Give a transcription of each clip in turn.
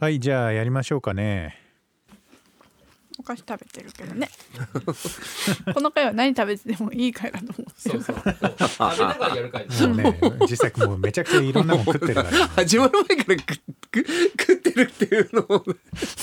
はい、じゃあやりましょうかね。 お菓子食べてるけどねこの回は何食べててもいい回だと思ってるから。 食べながらやる回ですもうね、実際もうめちゃくちゃいろんなもん食ってるから、ね、 始まる前から食ってるっていうのも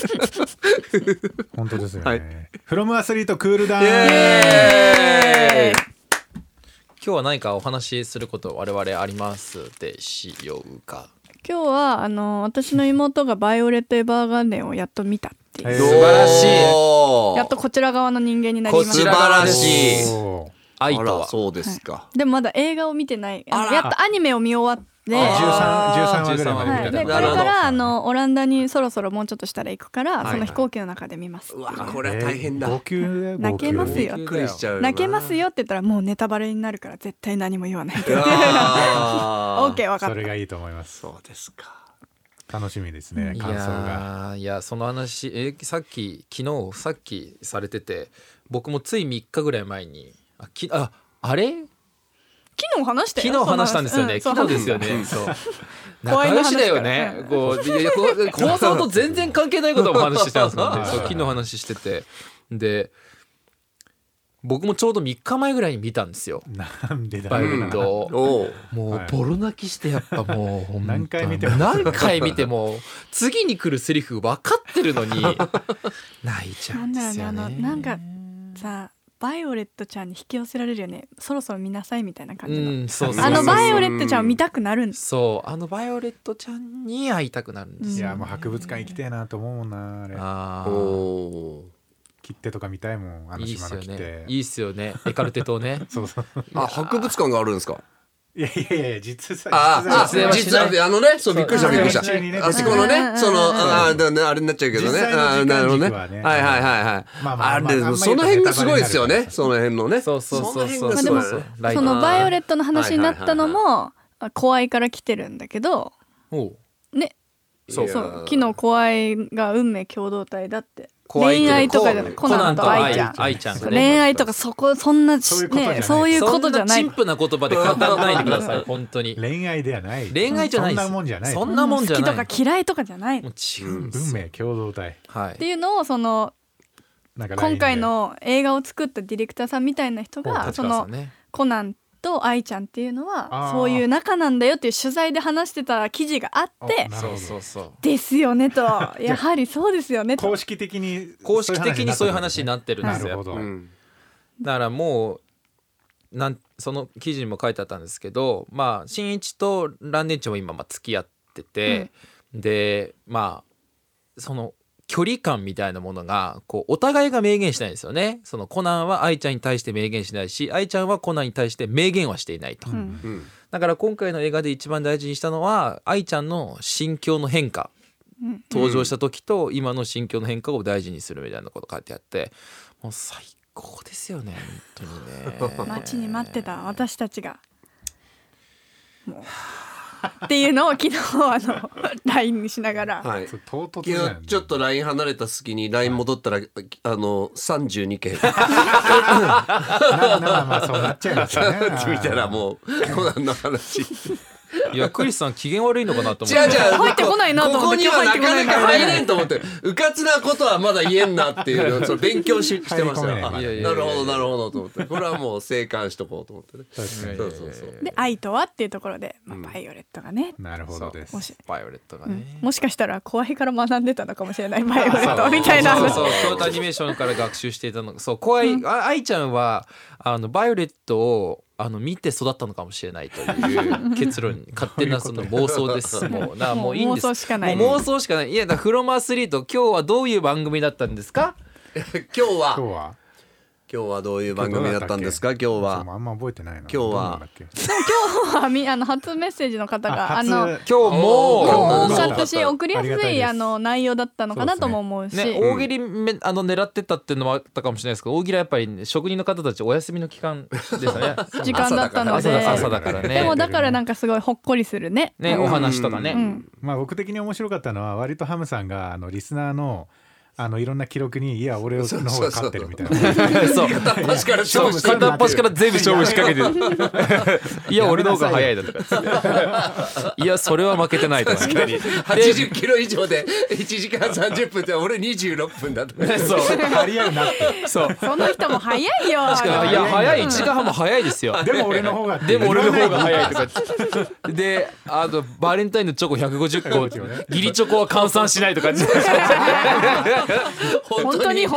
本当ですよね、 はい、 フロムアスリートクールダウン。 イエーイ。今日は何かお話しすること我々ありますでしょうか。 今日は私の妹がバイオレット・エヴァーガーデンをやっと見たっていう、 素晴らしい。 やっとこちら側の人間になりました。 こちら側です。愛とは。 そうですか、 はい、でもまだ映画を見てない。やっとアニメを見終わって、 13話ぐらいまで見た、 はい、でこれからオランダにそろそろもうちょっとしたら行くから、はいはい、その飛行機の中で見ます。 うわこれは大変だ、 泣けますよ、泣けますよって言ったらもうネタバレになるから絶対何も言わないで。オッケー、分かった。 それがいいと思います。 そうですか、 楽しみですね、感想が。 いやその話昨日さっきされてて、僕もつい3日ぐらい前にあれ昨日話したんですよね、昨日ですよね、そう仲良しだよね、こう放送と全然関係ないことをお話ししたんですもんね。そう昨日話してて、で僕もちょうど3日前ぐらいに見たんですよ、 なんでだバイオレットを。もうボロ泣きして、やっぱもう何回見ても次に来るセリフ分かってるのに泣いちゃうんですよね。 なんかさ、バイオレットちゃんに引き寄せられるよね、そろそろ見なさいみたいな感じの、 そうバイオレットちゃんを見たくなるんです。 そうバイオレットちゃんに会いたくなるんですよ、 いやもう博物館行きたいなと思うもんな、あれ。切手とか見たいもん、島の切手。 いいっすよね、エカルテ島ねそう博物館があるんですか。 いや実はそうびっくりしたあそこのね、あれになっちゃうけどね、なるほどね、はいその辺がすごいですよね、その辺のね。 そうそのバイオレットの話になったのも怖いから来てるんだけどね。そう昨日怖いが運命共同体だって。恋愛とかじゃない、コナンと愛ちゃん、恋愛とかそんなね、そういうことじゃない。 シンプルな言葉で語らないでください本当に。 恋愛ではない、 恋愛じゃない、 そんなもんじゃない、 そんなもんじゃない、 好きとか嫌いとかじゃない、 もう違う運命共同体っていうのを今回の映画を作ったディレクターさんみたいな人がコナンと愛ちゃんっていうのはそういう仲なんだよっていう取材で話してた記事があって、ですよねと、やはりそうですよねと、 公式的にそういう話になってるんですよ。だからもうその記事にも書いてあったんですけど、新一と蘭電池も今付き合ってて、でその距離感みたいなものがお互いが明言しないんですよね。そのコナンは愛ちゃんに対して明言しないし、愛ちゃんはコナンに対して明言はしていないと、だから今回の映画で一番大事にしたのは愛ちゃんの心境の変化、登場した時と今の心境の変化を大事にするみたいなこと書いてあって、もう最高ですよね本当にね。 待ちに待ってた私たちがもうっていうのを昨日LINE にしながら、 昨日ちょっと LINE 離れた隙に LINE 戻ったら32件そうなっちゃいましたね見たらもうコナンの話いやクリスさん機嫌悪いのかなと思って。 入ってこないなと思って、 ここにはなかなか入れんと思って、うかつなことはまだ言えんなっていうのを勉強してましたよ。なるほどと思って、これはもう静観しとこうと思ってね。 で愛とはっていうところで、バイオレットがね、 なるほどです。 バイオレットがね、 もしかしたら怖いから学んでたのかもしれない、バイオレットみたいな。 そう京都アニメーションから学習していたのが、そう怖い愛ちゃんはバイオレットを見て育ったのかもしれないという結論勝手なその妄想です。もういいんです。 妄想しかない。 もう妄想しかない。いやフロムアスリート、今日はどういう番組だったんですか。 今日はどういう番組だったんですか。今日はあんま覚えてないな。 今日は初メッセージの方が今日も多かったし、送りやすい内容だったのかなとも思うし、 大喜利狙ってたっていうのもあったかもしれないですけど、大喜利はやっぱり職人の方たちお休みの期間ですね時間だったので、 朝だからね。 でもだからなんかすごいほっこりするねお話とかね。 僕的に面白かったのは割とハムさんがリスナーのいろんな記録にいや俺の方が勝ってるみたいなそう片っ端から勝負して片っ端から全部勝負仕掛けていや俺の方が早いだとかいやそれは負けてないとか確かに80キロ以上で1時間30分って俺26分だとかそう張り合うなってその人も早いよいや早い1時間半も早いですよでも俺の方が早いとかでバレンタインのチョコ150個義理チョコは換算しないとか本当に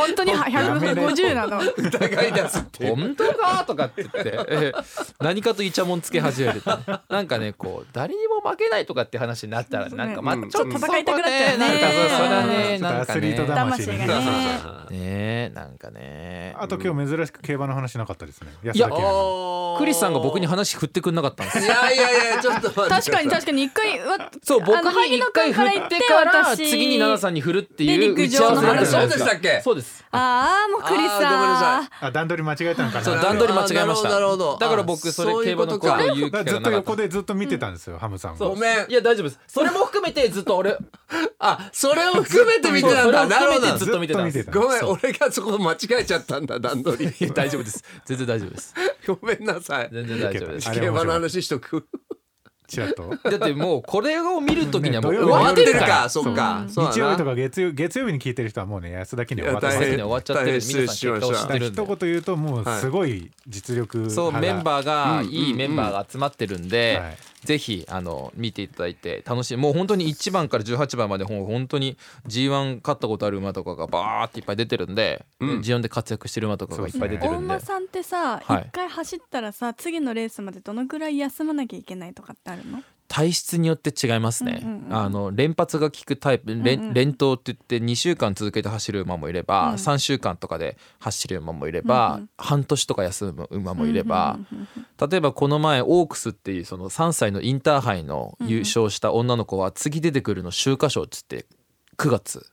150なの疑い出すって本当かとかって言って何かとイチャモンつけ始めるなんかねこう誰にも負けないとかって話になったらなんかまあちょっと戦いたくなっちゃうねなんかそれはねアスリート魂がねなんかねあと今日珍しく競馬の話なかったですねいやクリスさんが僕に話振ってくんなかったんですいやちょっと待って確かに一回そう僕に一回振ってから次に奈々さんに振るっていう打ち合わせなんです。 そうでしたっけ？ そうです。 もうクリスさん段取り間違えたのかな。 そう段取り間違えました。 なるほど。 だから僕それ競馬のことを言う機会がなかった。 ずっと横でずっと見てたんですよ、ハムさんが。 ごめん。 いや大丈夫です。それも含めてずっと俺それを含めて見てたんだ。なるほど。 ずっと見てたんです。 ごめん俺がそこ間違えちゃったんだ段取り。 大丈夫です。全然大丈夫です。 ごめんなさい。 全然大丈夫です。 競馬の話しとく。 ちらっとだってもうこれを見るときにはもう終わってるか。そっか。 日曜日とか月曜日に聞いてる人はもうね安田記念終わってます。 終わっちゃってる。皆さん結果を知ってるんで。 一言言うともうすごい実力そうメンバーがいいメンバーが集まってるんでぜひ見ていただいて楽しいもう本当に1番から18番まで本当に G1 勝ったことある馬とかがバーっていっぱい出てるんで G1 で活躍してる馬とかがいっぱい出てるんで大馬さんってさ一回走ったらさ次のレースまでどのくらい休まなきゃいけないとかってあるの？ 体質によって違いますね、連発が効くタイプ、連投って言って2週間続けて走る馬もいれば、3週間とかで走る馬もいれば、半年とか休む馬もいれば、例えばこの前オークスっていうその3歳のインターハイの優勝した女の子は次出てくるの秋華賞っつって9月、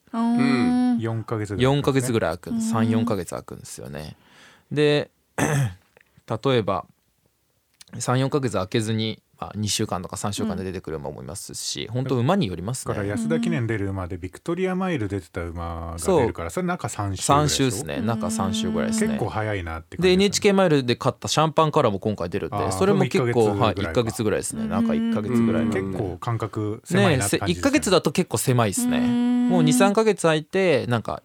4ヶ月ぐらい空くんです。 3,4 ヶ月空くんですよね。で例えば 3,4 ヶ月空けずに2週間とか3週間で出てくる馬もいますし、本当馬によりますね。 だから安田記念出る馬でビクトリアマイル出てた馬が出るからそれ中3週ですね。中3週ぐらいですね。 結構早いなって感じで NHK マイルで勝ったシャンパンカラーも今回出るんでそれも結構1ヶ月ぐらいですね。中1ヶ月ぐらい結構間隔狭いなって感じですね。 1ヶ月だと結構狭いですね。もう 2,3 ヶ月空いてなんか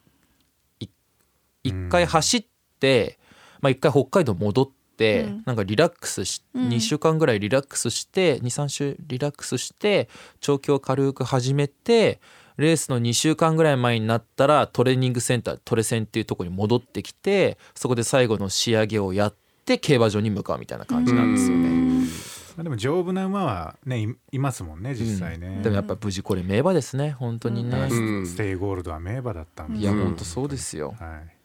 1回走って1回北海道戻ってなんかリラックスし2週間ぐらいリラックスして2,3 週リラックスして調教を軽く始めてレースの2週間ぐらい前になったらトレーニングセンタートレセンっていうところに戻ってきてそこで最後の仕上げをやって競馬場に向かうみたいな感じなんですよね。 でも丈夫な馬はねいますもんね実際ね、 でもやっぱ無事これ名馬ですね本当にね、 ステイゴールドは名馬だったんで、 いや本当そうですよ、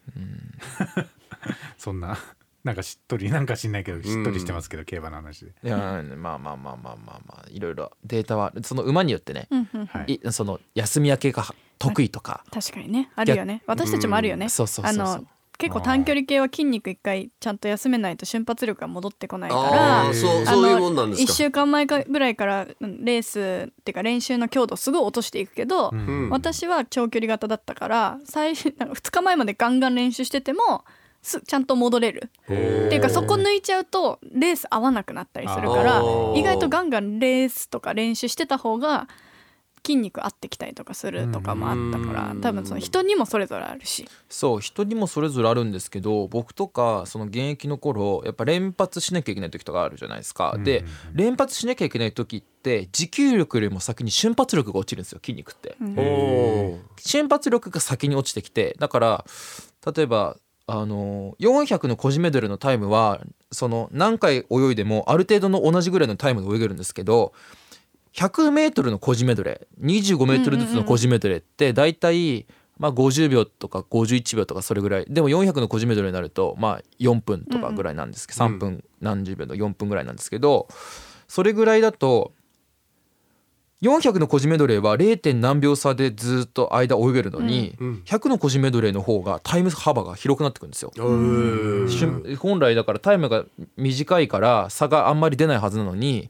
そんななんかしっとりなんか知んないけどしっとりしてますけど、競馬の話で。 いやまあいろいろデータはその馬によってね、その休み明けが得意とか、 確かにねあるよね。私たちもあるよね。結構短距離系は筋肉一回ちゃんと休めないと瞬発力が戻ってこないからそういうもんなんですか。 1週間前ぐらいからレースっていうか練習の強度をすごい落としていくけど、私は長距離型だったから2日前までガンガン練習しててもちゃんと戻れるっていうかそこ抜いちゃうとレース合わなくなったりするから意外とガンガンレースとか練習してた方が筋肉合ってきたりとかするとかもあったから多分その人にもそれぞれあるしそう人にもそれぞれあるんですけど僕とかその現役の頃やっぱ連発しなきゃいけない時とかあるじゃないですか、で連発しなきゃいけない時って持久力よりも先に瞬発力が落ちるんですよ筋肉って、瞬発力が先に落ちてきてだから例えば400の個人メドレーのタイムはその何回泳いでもある程度の同じぐらいのタイムで泳げるんですけど100メートルの個人メドレー25メートルずつの個人メドレーってだいたい50秒とか51秒とかそれぐらいでも400の個人メドレーになると4分とかぐらいなんですけど、3分何十秒の4分ぐらいなんですけどそれぐらいだと400の個人メドレーは 0. 何秒差でずっと間泳げるのに、100の個人メドレーの方がタイム幅が広くなってくるんですよ。本来だからタイムが短いから差があんまり出ないはずなのに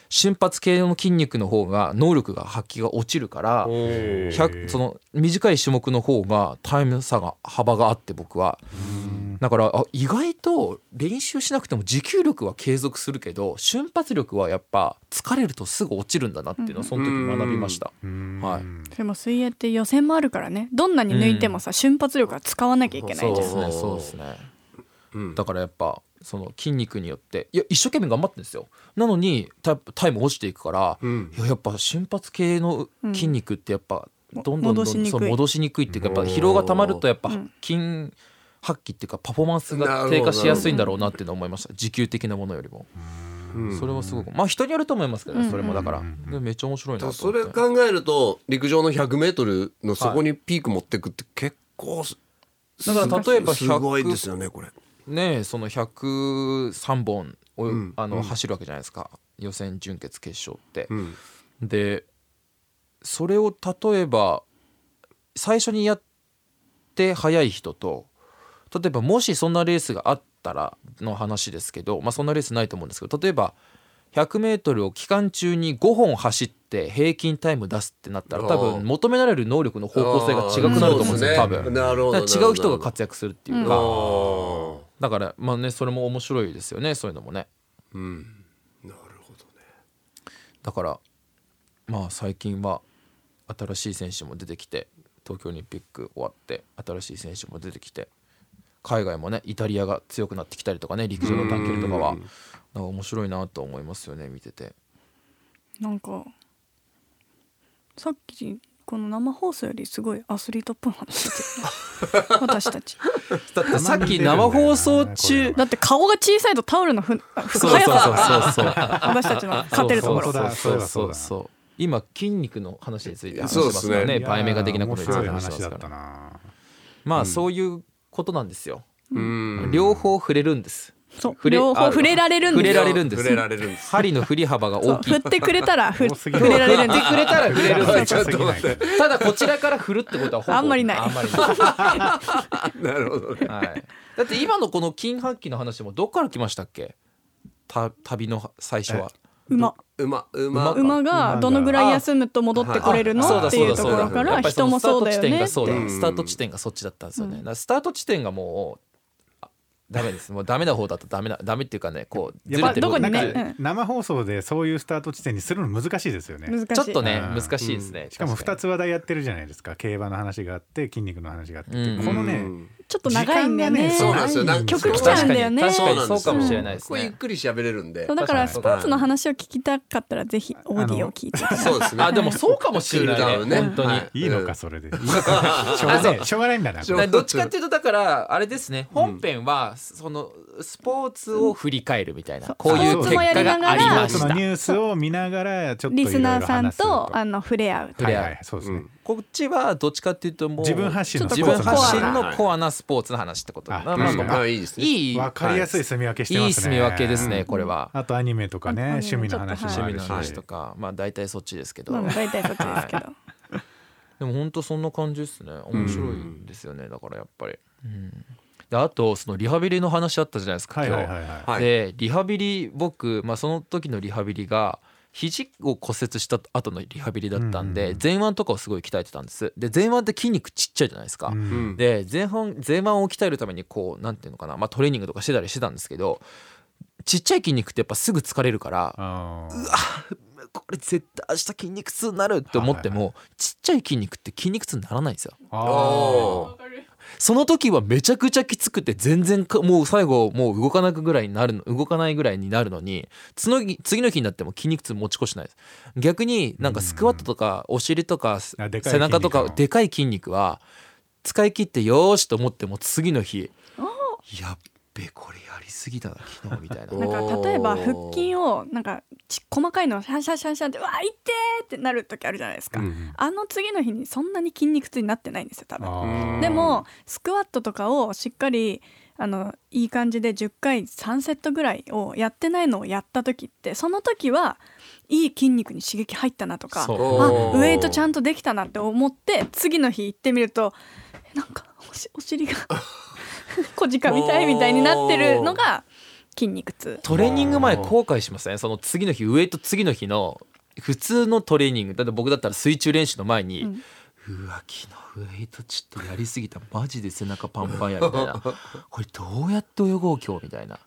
瞬発系の筋肉の方が能力が発揮が落ちるからその短い種目の方がタイム差が幅があって僕はだから意外と練習しなくても持久力は継続するけど瞬発力はやっぱ疲れるとすぐ落ちるんだなっていうのはその時学びました。はい、 でも水泳って予選もあるからねどんなに抜いてもさ瞬発力は使わなきゃいけないじゃん。 そうですね、だからやっぱその筋肉によっていや一生懸命頑張ってるんですよ。なのにタイム落ちていくから、やっぱ瞬発系の筋肉ってやっぱどんどん戻しにくいっていうかやっぱ疲労がたまるとやっぱ筋発揮っていうかパフォーマンスが低下しやすいんだろうなっていうのを思いました。持久的なものよりも。それはすごくまあ人によると思いますけど、それもだからでめっちゃ面白いなと思って。 それ考えると陸上の 100m のそこにピーク持っていくって結構だから例えばすごいですよねこれね。その103本を、走るわけじゃないですか予選準決決勝って、でそれを例えば最初にやって速い人と例えばもしそんなレースがあったらの話ですけど、そんなレースないと思うんですけど例えば 100m を期間中に5本走って平均タイム出すってなったら多分求められる能力の方向性が違くなると思うんですよ多分。だから違う人が活躍するっていうかだからねそれも面白いですよねそういうのもね。 なるほどね。 だから最近は新しい選手も出てきて東京オリンピック終わって新しい選手も出てきて海外もねイタリアが強くなってきたりとかね陸上の短距離とかはなんか面白いなと思いますよね見てて。 なんかさっきこの生放送よりすごいアスリートっぽい話してる私たちだってさっき生放送中だって顔が小さいとタオルの速さ私たちの勝てるところそう今筋肉の話について話してますからねバイメガ的なことについて話してますからそういうことなんですよ。両方触れるんです。 両方触れられるんです。針の振り幅が大きい。 振ってくれたら触れられるんです。 振ってくれたら触れるんです。ただこちらから振るってことはほぼあんまりない。 なるほどね。 だって今のこの筋発揮の話もどっから来ましたっけ？旅の最初は。 馬がどのぐらい休むと戻ってこれるのっていうところから人もそうだよねって。 スタート地点がそっちだったんですよね。スタート地点がもうダメです。もうダメな方だとダメっていうかねこうずれてる方ね。生放送でそういうスタート地点にするの難しいですよね。 ちょっとね難しいですね。 しかも2つ話題やってるじゃないですか。競馬の話があって筋肉の話があってこのねちょっと長いんだよね。 そうなんですよ。 曲来ちゃうんだよね。 確かにそうかもしれないですね。 ゆっくり喋れるんで。 だからスポーツの話を聞きたかったらぜひオーディオを聞いて。 そうですね。 でもそうかもしれないね。本当にいいのかそれで。しょうがないんだな。 どっちかっていうとだからあれですね。本編はそのスポーツを振り返るみたいなこういう結果がありました。 ニュースを見ながらちょっとリスナーさんと触れ合う。 そうですね。 こっちはどっちかっていうともう自分発信のコアなスポーツの話ってこと。 いいですね。 わかりやすい住み分けしてますね。 いい住み分けですねこれは。 あとアニメとかね趣味の話とか大体そっちですけど。 大体そっちですけど。 でも本当そんな感じですね。面白いんですよねだからやっぱり。であとそのリハビリの話あったじゃないですか今日。でリハビリ僕その時のリハビリが肘を骨折した後のリハビリだったんで前腕とかをすごい鍛えてたんです。で前腕って筋肉ちっちゃいじゃないですか。で前腕を鍛えるためにこうなんていうのかなトレーニングとかしてたりしてたんですけどちっちゃい筋肉ってやっぱすぐ疲れるからうわこれ絶対明日筋肉痛になるって思ってもちっちゃい筋肉って筋肉痛にならないんですよ。その時はめちゃくちゃきつくて全然もう最後もう動かないぐらいになるのに次の日になっても筋肉痛持ち越しないです。逆になんかスクワットとかお尻とか背中とかでかい筋肉は使い切ってよーしと思っても次の日やっべこれやりすぎたな昨日みたいな。 なんか例えば腹筋をなんか細かいのをシャンシャンシャンシャンってわーいってーってなる時あるじゃないですか。次の日にそんなに筋肉痛になってないんですよ多分。でもスクワットとかをしっかりいい感じで10回3セットぐらいをやってないのをやった時ってその時はいい筋肉に刺激入ったなとかウエイトちゃんとできたなって思って次の日行ってみるとなんかお尻が小鹿みたいになってるのが筋肉痛。 トレーニング前後悔しますね。その次の日ウエイト次の日の普通のトレーニングだって僕だったら水中練習の前に、うわ昨日ウエイトちょっとやりすぎたマジで背中パンパンやみたいなこれどうやって泳ごう今日みたいな、や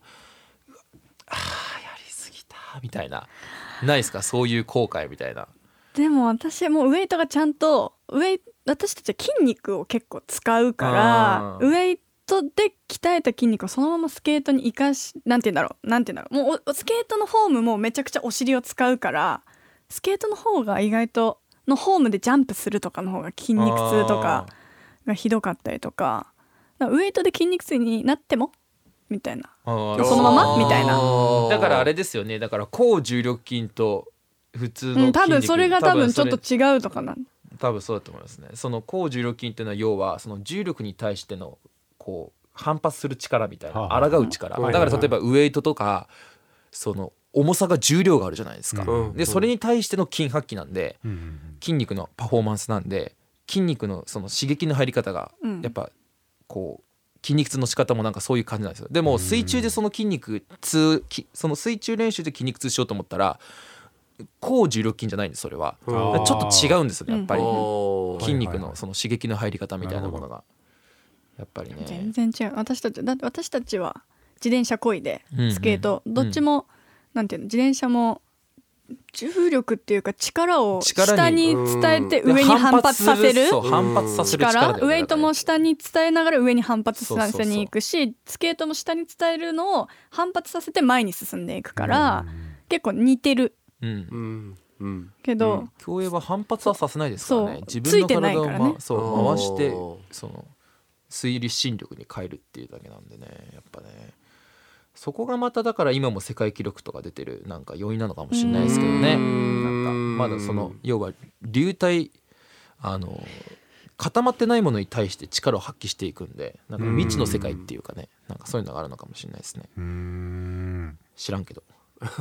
りすぎたみたいな、ないですかそういう後悔みたいな。 でも私もウエイトがちゃんと私たちは筋肉を結構使うからウエイトで鍛えた筋肉をそのままスケートに生かしなんて言うんだろうもうスケートのフォームもめちゃくちゃお尻を使うからスケートの方が意外とのフォームでジャンプするとかの方が筋肉痛とかがひどかったりとか、ウエイトで筋肉痛になってもみたいなそのままみたいな。 だからあれですよね、だから高重力筋と普通の筋肉、 多分それが多分ちょっと違うとかな。 多分そうだと思いますね。その高重力筋っていうのは要はその重力に対してのこう反発する力みたいな、抗う力、だから例えばウエイトとかその重さが重量があるじゃないですか、でそれに対しての筋発揮なんで、筋肉のパフォーマンスなんで、筋肉のその刺激の入り方がやっぱこう筋肉痛の仕方もなんかそういう感じなんですよ。でも水中でその筋肉痛その水中練習で筋肉痛しようと思ったら高重力筋じゃないんです。それはちょっと違うんですよね、やっぱり筋肉のその刺激の入り方みたいなものがやっぱりね全然違う。私たちは自転車漕いでスケート、どっちもなんていうの、自転車も重力っていうか力を下に伝えて上に反発させる力、ウエイトも下に伝えながら上に反発させに行くし、スケートも下に伝えるのを反発させて前に進んでいくから結構似てるけど、 競泳は反発はさせないですからね。自分の体をそう回してその推進力に変えるっていうだけなんでね、やっぱねそこがまただから今も世界記録とか出てるなんか要因なのかもしれないですけどね。なんかまだその要は流体固まってないものに対して力を発揮していくんで、なんか未知の世界っていうかね、なんかそういうのがあるのかもしれないですね。知らんけど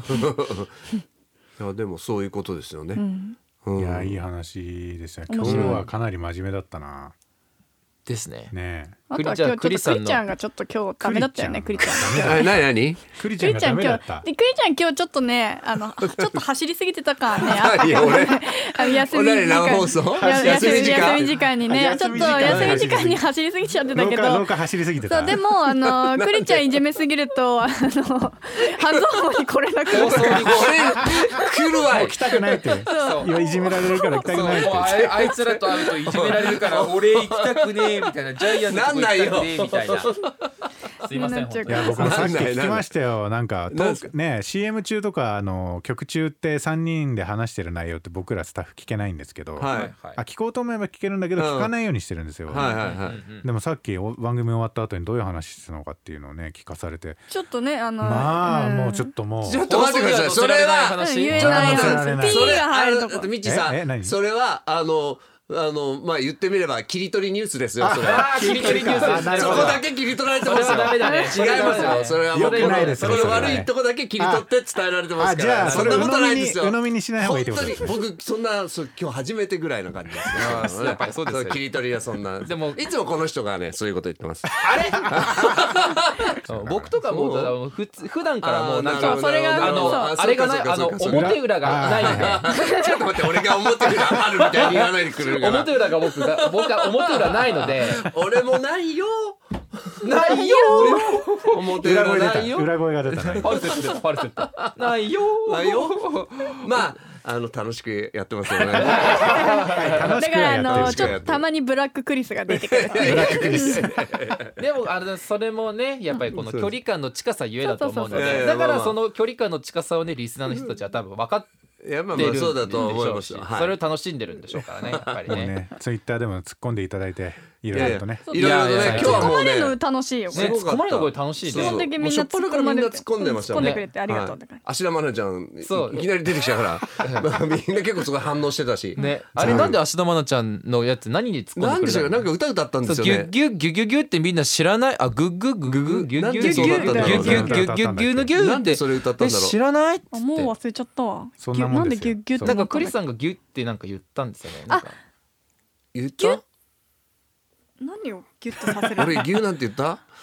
いやでもそういうことですよね、 いやいい話でしたね。今日はかなり真面目だったな。 ですね。 ねあとは今日ちょっとクリちゃんがちょっと今日ダメだったよね。クリちゃん何クリちゃんがダメだった。 クリちゃん今日ちょっとねちょっと走りすぎてたからね。休み時間にねちょっと休み時間に走りすぎちゃってたけど、 廊下走りすぎてた。 そうでもクリちゃんいじめすぎると半蔵門に来れなくなる。 来るわ来たくないって。いじめられるから来たくないって。 あいつらと会うといじめられるから俺行きたくねえみたいな、ジャイアント行きたくねえみたいな。すいません。 いや僕もさっき聞きましたよ。なんかね CM 中とか曲中って3人で話してる内容って僕らスタッフ聞けないんですけど、聞こうと思えば聞けるんだけど聞かないようにしてるんですよ。でもさっき番組終わった後にどういう話してたのかっていうのをね聞かされて、 ちょっとねまあもうちょっと待ってください。それは言えない話。P が入るとこ。 ミッチーさん、それはまあ言ってみれば切り取りニュースですよ。それ切り取りニュースです。 そこだけ切り取られてますよ。違いますよ。それはもうその悪いとこだけ切り取って伝えられてますから。 じゃあそんなことないですよ。 鵜呑みにしない方がいいってことです。 僕そんな今日初めてぐらいの感じです。やっぱりそうです。切り取りはそんな。でもいつもこの人がねそういうこと言ってます。 あれ？僕とかもう普段からもうなんかそれがあれがない表裏がないので。ちょっと待って、俺が表裏あるみたいに言わないでくれる。 表裏が僕は表裏ないので俺もないよないよ表裏ないよ。 裏声が出たね。 ファルセットないよまあ楽しくやってますよね。 だからちょっとたまにブラッククリスが出てくる。 でもそれもねやっぱりこの距離感の近さゆえだと思うので、だからその距離感の近さをねリスナーの人たちは多分分かってそうだと思います。 それを楽しんでるんでしょうからね、やっぱりね。 ツイッターでも突っ込んでいただいていろいろとね。 いろいろね、今日はもうね、 楽しいよ。 突っ込まれた声楽しいね。 その時みんな突っ込んでましたね。突っ込んでくれてありがとう。 芦田愛菜ちゃんいきなり出てきたからみんな結構そこ反応してたし。 ね、あれなんで芦田愛菜ちゃんのやつ何に突っ込んでくれたの？ なんでしょう、なんか歌歌ったんですよね。 ギュッギュッギュッギュッってみんな知らない？あ、グッグッグッグッギュッギュッギュッギュッギュッギュッギュッギュッギュッのギュッってそれ歌ったんだろう。 知らない？ もう忘れちゃったわ。 なんでギュッギュッってなんかクリスさんがギュッってなんか言ったんですよね。 言った？ 何をギュッとさせる？ 俺ギュッなんて言った？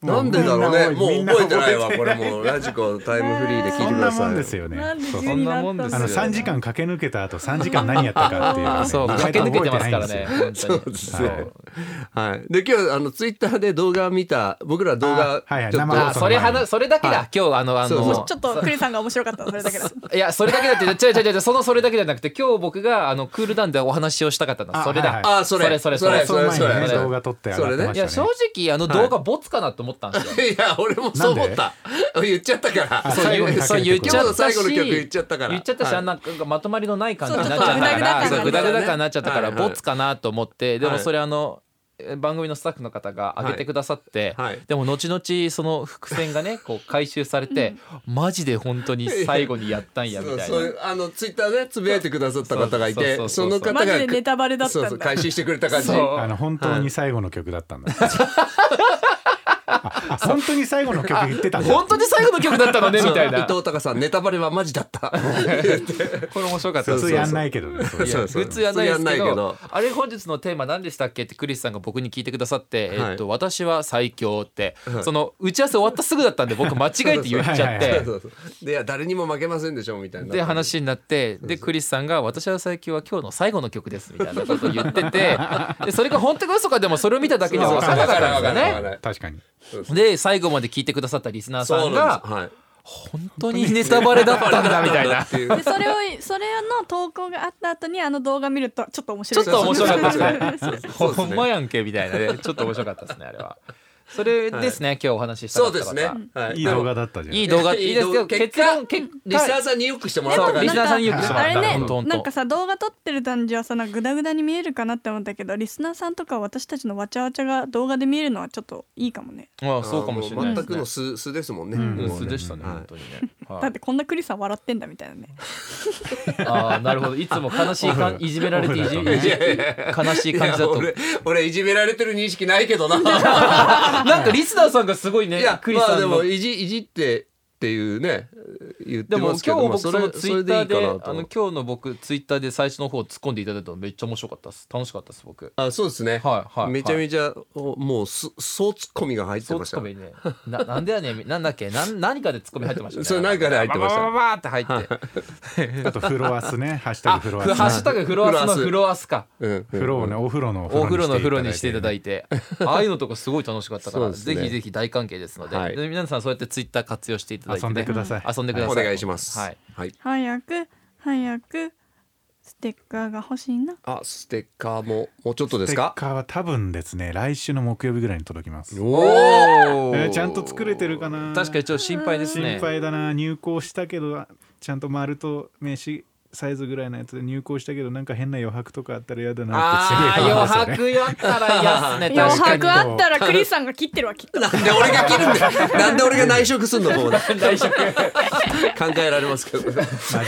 なんでだろうね。もう覚えてないわ。これもうラジコタイムフリーで聞いてください。 そんなもんですよね。 そんなもんですよ。 3時間駆け抜けた後3時間何やったかっていう、 そう駆け抜けてますからね。 そうですね。はい。で今日ツイッターで動画見た、僕ら動画それだけだ。今日ちょっとクリさんが面白かったそれだけだ。 いやそれだけだって違うそれだけじゃなくて、今日僕がクールダウンでお話をしたかったのはそれだ。 それ動画撮って上がってましたね。 いや正直動画ボツかなと思ったんですよ。 いや俺もそう思った。言っちゃったから。 そう言っちゃったし、 最後の曲言っちゃったから。 言っちゃったし、なんかまとまりのない感じになっちゃったから、グダグダ感になっちゃったからボツかなと思って、でもそれ番組のスタッフの方が上げてくださって、でも後々その伏線がねこう回収されて、マジで本当に最後にやったんやみたいな。 ツイッターでつぶやいてくださった方がいて、その方がマジでネタバレだったんだ。 回収してくれた感じ。 本当に最後の曲だったんだ。本当に最後の曲言ってたんだ。 本当に最後の曲だったのねみたいな。 伊藤隆さんネタバレはマジだった。これ面白かった。 普通やんないけどね。 普通やんないですけど、あれ本日のテーマ何でしたっけってクリスさんが僕に聞いてくださって、私は最強ってその打ち合わせ終わったすぐだったんで僕間違えて言っちゃって、 で誰にも負けませんでしょみたいなで話になって、でクリスさんが私は最強は今日の最後の曲ですみたいなことを言ってて、でそれが本当か嘘かでもそれを見ただけでは分からなかったんですよね。 確かに。 で最後まで聞いてくださったリスナーさんが本当にネタバレだったんだみたいな。 でそれの投稿があった後に動画見るとちょっと面白い。 ちょっと面白かったですね。ほんまやんけみたいなね、ちょっと面白かったですねあれは。それですね、今日お話ししたかった方。 そうですね。 いい動画だったじゃん。 いい動画いいですけど、 結果リスナーさんによくしてもらったから。 リスナーさんによくしてもらった。 あれね、なんかさ動画撮ってる感じはさグダグダに見えるかなって思ったけど、リスナーさんとか私たちのわちゃわちゃが動画で見えるのはちょっといいかもね。 ああそうかもしれない。 全くの素ですもんね。 素でしたね本当にね。 だってこんなクリスさん笑ってんだみたいなね。 ああなるほど。いつも悲しいいじめられて悲しい感じだと。 俺いじめられてる認識ないけどな。 なんかリスナーさんがすごいね。 いやまあでもいじってっていうね言ってますけど、 でも今日僕そのツイッターで今日の僕ツイッターで最初の方突っ込んでいただいたのめっちゃ面白かったです。楽しかったです僕。 そうですね。めちゃめちゃもう総ツッコミが入ってました。 ね、なんでやねんなんだっけ何かでツッコミ入ってましたね。 それ何かで入ってました。 バーって入って。 あとフロアスね、ハッシュタグフロアス。 ハッシュタグフロアスのフロアスか。 フローね、お風呂の風呂にしていただいて、ああいうのとかすごい楽しかったからぜひぜひ大関係ですので、皆さんそうやってツイッター活用していただいて遊んでください。 遊んでください。 お願いします。 早くステッカーが欲しいな。 ステッカーもうちょっとですか。 ステッカーは多分ですね来週の木曜日ぐらいに届きます。ちゃんと作れてるかな。 確かにちょっと心配ですね。 心配だな。入稿したけどちゃんと丸と名刺サイズぐらいのやつで入稿したけどなんか変な余白とかあったら嫌だなって余白やったら嫌っすね。 余白あったらクリスさんが切ってるわきっと。 なんで俺が切るんだよ。なんで俺が内職すんのもう。 内職考えられますけど。 じゃあ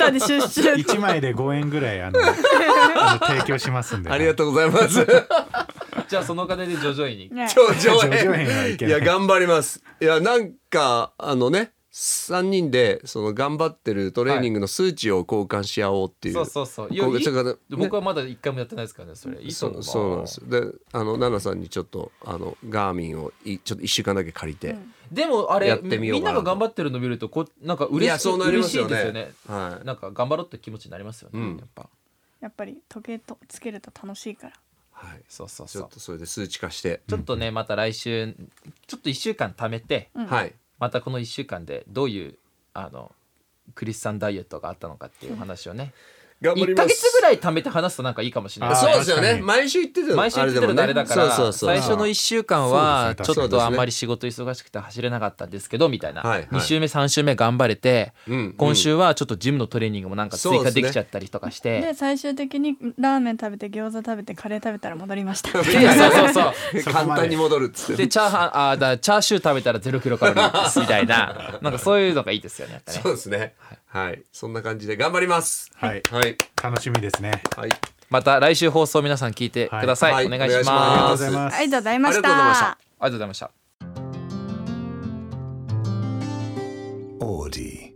1枚で5円ぐらい提供しますんで。 ありがとうございます。 じゃあそのお金で徐々に。 いや頑張ります。いやなんか3人でその頑張ってるトレーニングの数値を交換し合おうっていう。 そう僕はまだ1回もやってないですからね。それいいと思う。 そうなんですで奈々さんにちょっとガーミンをちょっと1週間だけ借りて、 でもあれみんなが頑張ってるの見るとなんか嬉しいですよね。なんか頑張ろうって気持ちになりますよね。 やっぱり時計とつけると楽しいから。 ちょっとそれで数値化してちょっとねまた来週ちょっと1週間貯めて、またこの1週間でどういうクリスさんダイエットがあったのかっていう話をね、1ヶ月ぐらい貯めて話すとなんかいいかもしれない。 そうですよね。毎週言ってるのあれだから最初の1週間はちょっとあんまり仕事忙しくて走れなかったんですけどみたいな、2週目3週目頑張れて、今週はちょっとジムのトレーニングもなんか追加できちゃったりとかして、 で最終的にラーメン食べて餃子食べてカレー食べたら戻りました。 そう簡単に戻るっつって、 でチャーシュー食べたら0キロカロリーですみたいな、なんかそういうのがいいですよね。 そうですね。そんな感じで頑張ります。 楽しみですね。 また来週放送皆さん聞いてください。お願いします。 ありがとうございました。 ありがとうございました。 オーディ